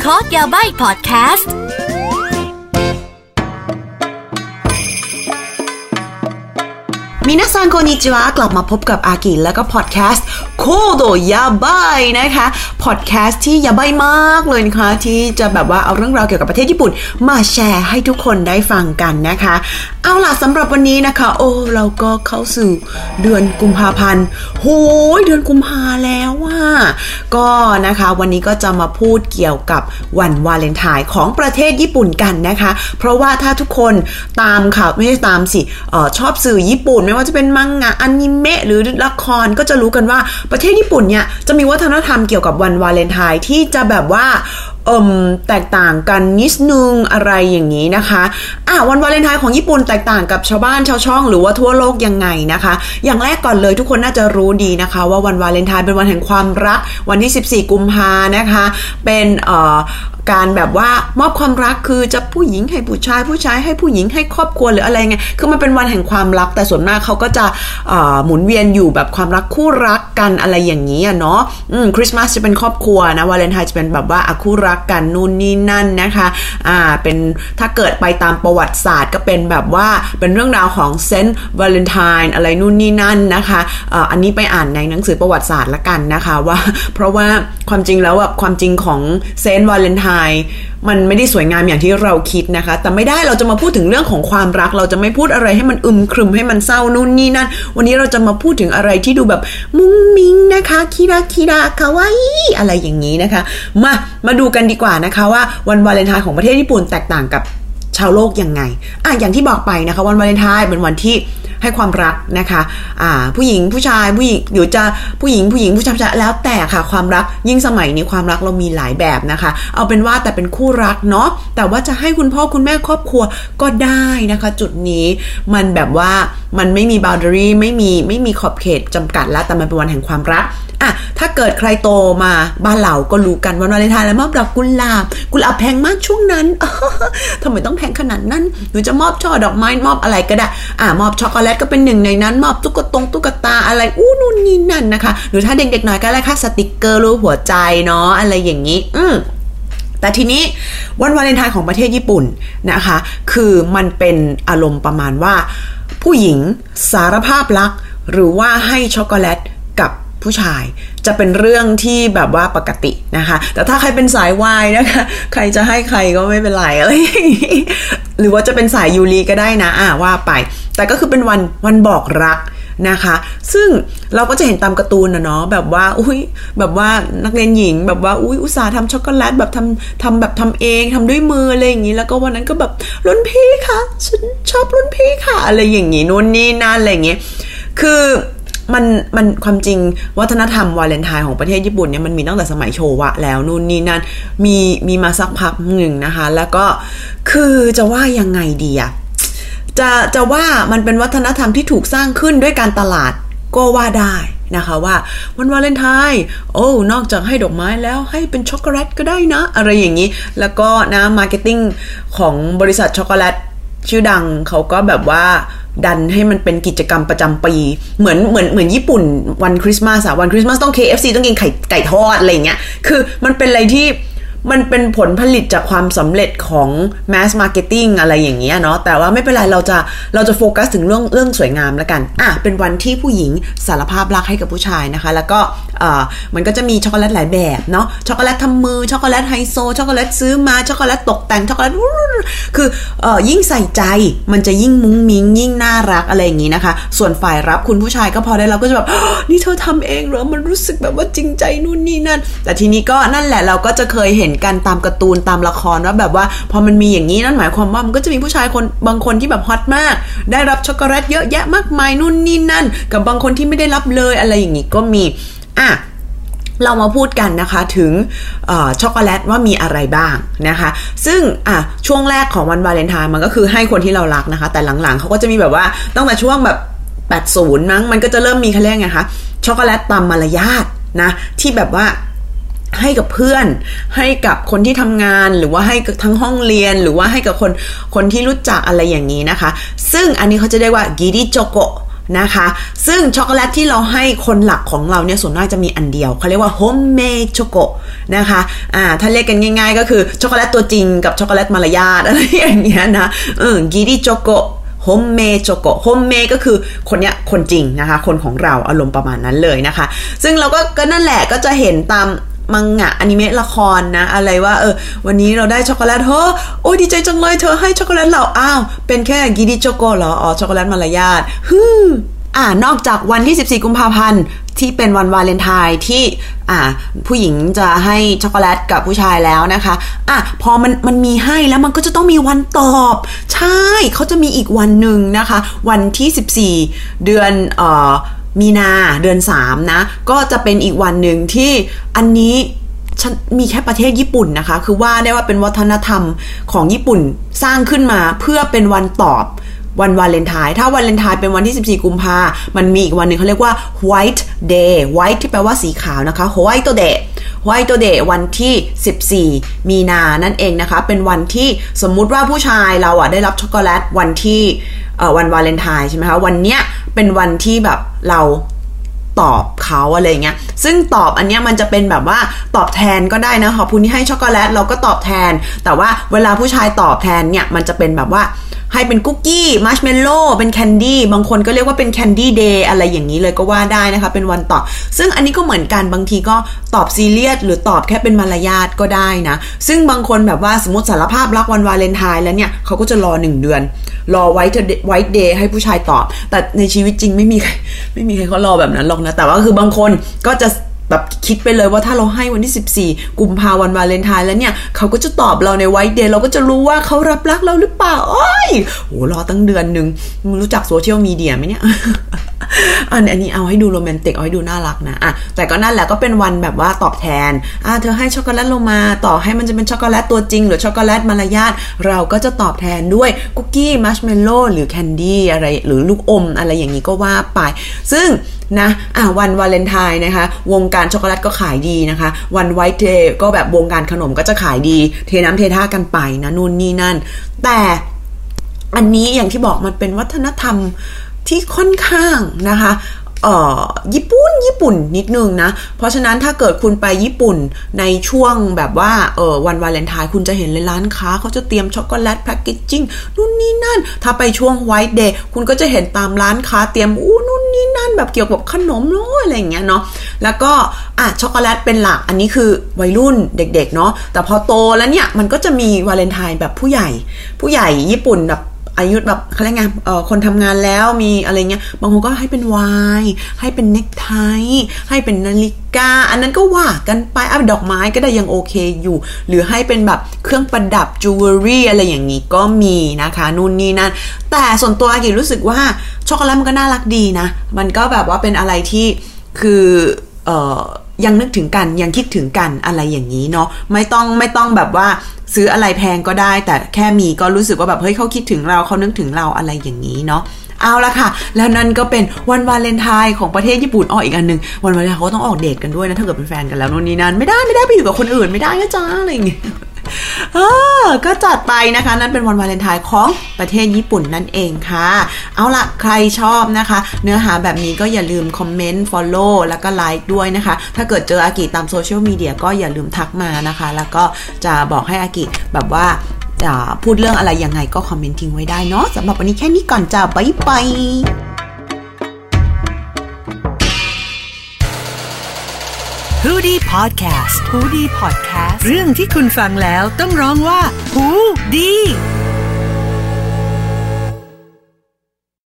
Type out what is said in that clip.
Talk ยาใบ้ Podcast มินาซังโคนิจิวะกลับมาพบกับอากิแล้วก็พอดแคสต์โคโดยาไบนะคะพอดแคสต์ที่ยาไบมากเลยนะคะที่จะแบบว่าเอาเรื่องราวเกี่ยวกับประเทศญี่ปุ่นมาแชร์ให้ทุกคนได้ฟังกันนะคะเอาล่ะสำหรับวันนี้นะคะเราก็เข้าสู่เดือนกุมภาพันธ์โหยเดือนกุมภาแล้วว่าก็นะคะวันนี้ก็จะมาพูดเกี่ยวกับวันวาเลนไทน์ของประเทศญี่ปุ่นกันนะคะเพราะว่าถ้าทุกคนตามข่าวไม่ใช่ตามสิชอบสื่อญี่ปุ่นไม่ว่าจะเป็นมังงะอนิเมะหรือละครก็จะรู้กันว่าประเทศญี่ปุ่นเนี่ยจะมีวัฒนธรรมเกี่ยวกับวันวาเลนไทน์ที่จะแบบว่าแตกต่างกันนิดนึงอะไรอย่างนี้นะคะวันวาเลนไทน์ของญี่ปุ่นแตกต่างกับชาวบ้านชาวช่องหรือว่าทั่วโลกยังไงนะคะอย่างแรกก่อนเลยทุกคนน่าจะรู้ดีนะคะว่าวันวาเลนไทน์เป็นวันแห่งความรักวันที่14กุมภานะคะเป็นการแบบว่ามอบความรักคือจะผู้หญิงให้ผู้ชายผู้ชายให้ผู้หญิงให้ครอบครัวหรืออะไรไงคือมันเป็นวันแห่งความรักแต่ส่วนมากเขาก็จะหมุนเวียนอยู่แบบความรักคู่รักกันอะไรอย่างนี้เนาะคริสต์มาสจะเป็นครอบครัวนะวาเลนไทน์จะเป็นแบบว่าคู่รักกันนู่นนี่นั่นนะคะเป็นถ้าเกิดไปตามประวัติศาสตร์ก็เป็นแบบว่าเป็นเรื่องราวของเซนต์วาเลนไทน์อะไรนู่นนี่นั่นนะคะอันนี้ไปอ่านในหนังสือประวัติศาสตร์ละกันนะคะว่าเพราะว่าความจริงแล้วแบบความจริงของเซนต์วาเลนไทน์มันไม่ได้สวยงามอย่างที่เราคิดนะคะแต่ไม่ได้เราจะมาพูดถึงเรื่องของความรักเราจะไม่พูดอะไรให้มันครึมให้มันเศร้านู่นนี่นั่นวันนี้เราจะมาพูดถึงอะไรที่ดูแบบมุ้งมิ้งนะคะคิราคิราคาวาอิอะไรอย่างนี้นะคะมาดูกันดีกว่านะคะว่าวันวาเลนไทน์ของประเทศญี่ปุ่นแตกต่างกับชาวโลกยังไงอย่างที่บอกไปนะคะวันวาเลนไทน์เป็นวันที่ให้ความรักนะคะผู้หญิงผู้ชายผู้หญิงหรือจะผู้หญิงผู้ชายแล้วแต่ค่ะความรักยิ่งสมัยนี้ความรักเรามีหลายแบบนะคะเอาเป็นว่าแต่เป็นคู่รักเนาะแต่ว่าจะให้คุณพ่อคุณแม่ครอบครัวก็ได้นะคะจุดนี้มันแบบว่ามันไม่มี boundary ไม่มีขอบเขตจำกัดแล้วแต่มันเป็นวันแห่งความรักถ้าเกิดใครโตมาบ้านเราก็รู้กันวันวาเลนไทน์แล้วมอบดอกกุหลาบแพงมากช่วงนั้น ทำไมต้องแพงขนาดนั้นหรือจะมอบช่อดอกไม้มอบอะไรก็ได้มอบช็อกโกแลตก็เป็นหนึ่งในนั้นมอบตุ๊กตาอะไรนู่นนี่นั่นนะคะหรือถ้าเด็กๆหน่อยก็ได้ค่ะสติกเกอร์รูปหัวใจเนาะอะไรอย่างนี้แต่ทีนี้วันวาเลนไทน์ของประเทศญี่ปุ่นนะคะคือมันเป็นอารมณ์ประมาณว่าผู้หญิงสารภาพรักหรือว่าให้ช็อกโกแลตกับผู้ชายจะเป็นเรื่องที่แบบว่าปกตินะคะแต่ถ้าใครเป็นสายวายนะคะใครจะให้ใครก็ไม่เป็นไรอะไรอย่างนี้หรือว่าจะเป็นสายยูริก็ได้นะว่าไปแต่ก็คือเป็นวันบอกรักนะคะซึ่งเราก็จะเห็นตามการ์ตูนเนาะแบบว่าแบบว่านักเรียนหญิงแบบว่าอุตส่าห์ทำช็อกโกแลตแบบทำเองทำด้วยมืออะไรอย่างนี้แล้วก็วันนั้นก็แบบรุ่นพี่ค่ะฉันชอบรุ่นพี่ค่ะอะไรอย่างนี้นู่นนี่นั่นอะไรอย่างเงี้ยคือมันความจริงวัฒนธรรมวาเลนไทน์ของประเทศญี่ปุ่นเนี่ยมันมีตั้งแต่สมัยโชวะแล้วนู่นนี่นั่นมีมาสักพักหนึ่งนะคะแล้วก็คือจะว่ายังไงดีจะว่ามันเป็นวัฒนธรรมที่ถูกสร้างขึ้นด้วยการตลาดก็ว่าได้นะคะว่าวันวาเลนไทน์นอกจากให้ดอกไม้แล้วให้เป็นช็อกโกแลตก็ได้นะอะไรอย่างนี้แล้วก็นะมาร์เก็ตติ้งของบริษัทช็อกโกแลตชื่อดังเขาก็แบบว่าดันให้มันเป็นกิจกรรมประจำปีเหมือนญี่ปุ่นวันคริสต์มาสวันคริสต์มาสต้อง KFC ต้องกินไก่ทอดอะไรอย่างเงี้ยคือมันเป็นอะไรที่มันเป็นผลผลิตจากความสำเร็จของ mass marketing อะไรอย่างเงี้ยเนาะแต่ว่าไม่เป็นไรเราจะโฟกัสถึงเรื่องสวยงามแล้วกันเป็นวันที่ผู้หญิงสารภาพรักให้กับผู้ชายนะคะแล้วก็มันก็จะมีช็อกโกแลตหลายแบบเนาะช็อกโกแลตทำมือช็อกโกแลตไฮโซช็อกโกแลตซื้อมาช็อกโกแลตตกแต่งช็อกโกแลตคือยิ่งใส่ใจมันจะยิ่งมุ้งมิ้งยิ่งน่ารักอะไรอย่างงี้นะคะส่วนฝ่ายรับคุณผู้ชายก็พอได้รับก็จะแบบนี่เธอทำเองเหรอมันรู้สึกแบบว่าจริงใจนู่นนี่นั่นแต่ทีนี้ก็นั่นแหละเราก็จะเคยเห็นกันตามการ์ตูนตามละครว่าแบบว่าพอมันมีอย่างนี้นั่นหมายความว่ามันก็จะมีผู้ชายบางคนที่แบบฮอตมากได้รับช็อกโกแลตเยอะแยะมากมายนู่นนี่นั่นกับบางคนที่ไม่ได้รับเลยอะไรอย่างนี้ก็มีเรามาพูดกันนะคะถึงช็อกโกแลตว่ามีอะไรบ้างนะคะซึ่งช่วงแรกของวันวาเลนไทน์มันก็คือให้คนที่เรารักนะคะแต่หลังๆเขาก็จะมีแบบว่าตั้งแต่ช่วงแบบ80มั้งมันก็จะเริ่มมีเขาเรียกไงคะช็อกโกแลตตามมารยาทนะที่แบบว่าให้กับเพื่อนให้กับคนที่ทำงานหรือว่าให้ทั้งห้องเรียนหรือว่าให้กับคนที่รู้จักอะไรอย่างนี้นะคะซึ่งอันนี้เขาจะเรียกว่ากิริโจโกนะคะซึ่งช็อกโกแลตที่เราให้คนหลักของเราเนี่ยส่วนมากจะมีอันเดียวเขาเรียกว่า homemade choco นะคะถ้าเรียกกันง่ายๆก็คือช็อกโกแลตตัวจริงกับช็อกโกแลตมารยาทอะไรอย่างเงี้ยนะกิริโชโกhomemade choco homemade ก็คือคนเนี้ยคนจริงนะคะคนของเราอารมณ์ประมาณนั้นเลยนะคะซึ่งเราก็นั่นแหละก็จะเห็นตามมังงะอนิเมะละครนะอะไรว่าวันนี้เราได้ช็อกโกแลตโอ้ดีใจจังเลยเธอให้ช็อกโกแลตเราอ้าวเป็นแค่กิริโชโกเหรอช็อกโกแลตมารยาทนอกจากวันที่14กุมภาพันธ์ที่เป็นวันวาเลนไทน์ที่ผู้หญิงจะให้ช็อกโกแลตกับผู้ชายแล้วนะคะพอมันมีให้แล้วมันก็จะต้องมีวันตอบใช่เขาจะมีอีกวันหนึ่งนะคะวันที่14เดือนมีนาเดือน3นะก็จะเป็นอีกวันหนึ่งที่อันนี้มีแค่ประเทศญี่ปุ่นนะคะคือว่าได้ว่าเป็นวัฒนธรรมของญี่ปุ่นสร้างขึ้นมาเพื่อเป็นวันตอบวันวาเลนไทน์ถ้าวาเลนไทน์เป็นวันที่14กุมภามันมีอีกวันนึงเขาเรียกว่า white day white ที่แปลว่าสีขาวนะคะ white day white day วันที่14มีนานั่นเองนะคะเป็นวันที่สมมุติว่าผู้ชายเราได้รับช็อกโกแลตวันที่วันวาเลนไทน์ใช่ไหมคะวันเนี้ยเป็นวันที่แบบเราตอบเขาอะไรเงี้ยซึ่งตอบอันเนี้ยมันจะเป็นแบบว่าตอบแทนก็ได้นะขอบคุณที่ให้ช็อกโกแลตเราก็ตอบแทนแต่ว่าเวลาผู้ชายตอบแทนเนี่ยมันจะเป็นแบบว่าให้เป็นคุกกี้มัชเมลโล่เป็นแคนดี้บางคนก็เรียกว่าเป็นแคนดี้เดย์อะไรอย่างนี้เลยก็ว่าได้นะคะเป็นวันตอบซึ่งอันนี้ก็เหมือนกันบางทีก็ตอบซีเรียสหรือตอบแค่เป็นมารยาทก็ได้นะซึ่งบางคนแบบว่าสมมติสารภาพรักวันวาเลนไทน์แล้วเนี่ยเขาก็จะรอ1เดือนรอไวท์เดย์ให้ผู้ชายตอบแต่ในชีวิตจริงไม่มีใครเขารอแบบนั้นหรอกนะแต่ว่าคือบางคนก็จะแบบคิดไปเลยว่าถ้าเราให้วันที่14กุมภาพันธ์วาเลนไทน์แล้วเนี่ยเขาก็จะตอบเราในไวท์เดย์เราก็จะรู้ว่าเขารับรักเราหรือเปล่ารอตั้งเดือนนึงรู้จักโซเชียลมีเดียไหมเนี่ย อันนี้เอาให้ดูโรแมนติกเอาให้ดูน่ารักนะแต่ก็นั่นแหละก็เป็นวันแบบว่าตอบแทนเธอให้ช็อกโกแลตเรามาต่อให้มันจะเป็นช็อกโกแลตตัวจริงหรือช็อกโกแลตมารยาทเราก็จะตอบแทนด้วยคุกกี้มัชเมลโล่หรือแคนดี้อะไรหรือลูกอมอะไรอย่างนี้ก็ว่าไปซึ่งนะวันวาเลนไทน์นะคะวงการช็อกโกแลตก็ขายดีนะคะวันไวท์เดย์ก็แบบวงการขนมก็จะขายดีเทน้ำเทท่ากันไปนะนู่นนี่นั่นแต่อันนี้อย่างที่บอกมันเป็นวัฒนธรรมที่ค่อนข้างนะคะญี่ปุ่นนิดนึงนะเพราะฉะนั้นถ้าเกิดคุณไปญี่ปุ่นในช่วงแบบว่าวันวาเลนไทน์คุณจะเห็นเลยร้านค้าเขาจะเตรียมช็อกโกแลตแพคเกจจิ้งนู่นนี่นั่นถ้าไปช่วงไวท์เดย์คุณก็จะเห็นตามร้านค้าเตรียมนู่นนี่นั่นแบบเกี่ยวกับขนมอะไรอย่างเงี้ยเนาะแล้วก็ช็อกโกแลตเป็นหลักอันนี้คือวัยรุ่นเด็กๆเนาะแต่พอโตแล้วเนี่ยมันก็จะมีวาเลนไทน์แบบผู้ใหญ่ญี่ปุ่นแบบอายุแบบเขาเรียกไงคนทำงานแล้วมีอะไรเงี้ยบางคนก็ให้เป็นไวน์ให้เป็นเน็กไทให้เป็นนาฬิกาอันนั้นก็ว่ากันไปดอกไม้ก็ได้ยังโอเคอยู่หรือให้เป็นแบบเครื่องประดับจูเวลรี่อะไรอย่างนี้ก็มีนะคะนู่นนี่นั่นแต่ส่วนตัวอากิรู้สึกว่าช็อกโกแลตมันก็น่ารักดีนะมันก็แบบว่าเป็นอะไรที่คือยังนึกถึงกันยังคิดถึงกันอะไรอย่างนี้เนาะไม่ต้องแบบว่าซื้ออะไรแพงก็ได้แต่แค่มีก็รู้สึกว่าแบบเฮ้ยเขาคิดถึงเราเขานึกถึงเราอะไรอย่างนี้เนาะเอาละค่ะแล้วนั่นก็เป็นวันวาเลนไทน์ของประเทศญี่ปุ่นอีกอันนึงวันวาเลนไทน์เขาต้องออกเดทกันด้วยนะถ้าเกิดเป็นแฟนกันแล้วนู่นนี่นั่นไม่ได้ไปอยู่กับคนอื่นไม่ได้นะจ๊ะอะไรอย่างเงี้ยก็จัดไปนะคะนั่นเป็นวันวาเลนไทน์ของประเทศญี่ปุ่นนั่นเองค่ะเอาล่ะใครชอบนะคะเนื้อหาแบบนี้ก็อย่าลืมคอมเมนต์ follow แล้วก็ไลค์ด้วยนะคะถ้าเกิดเจออากิตามโซเชียลมีเดียก็อย่าลืมทักมานะคะแล้วก็จะบอกให้อากิแบบว่าพูดเรื่องอะไรยังไงก็คอมเมนต์ทิ้งไว้ได้เนาะสำหรับวันนี้แค่นี้ก่อนจ้าบ๊ายบาย Hoodie Podcast เรื่องที่คุณฟังแล้วต้องร้องว่าหูดี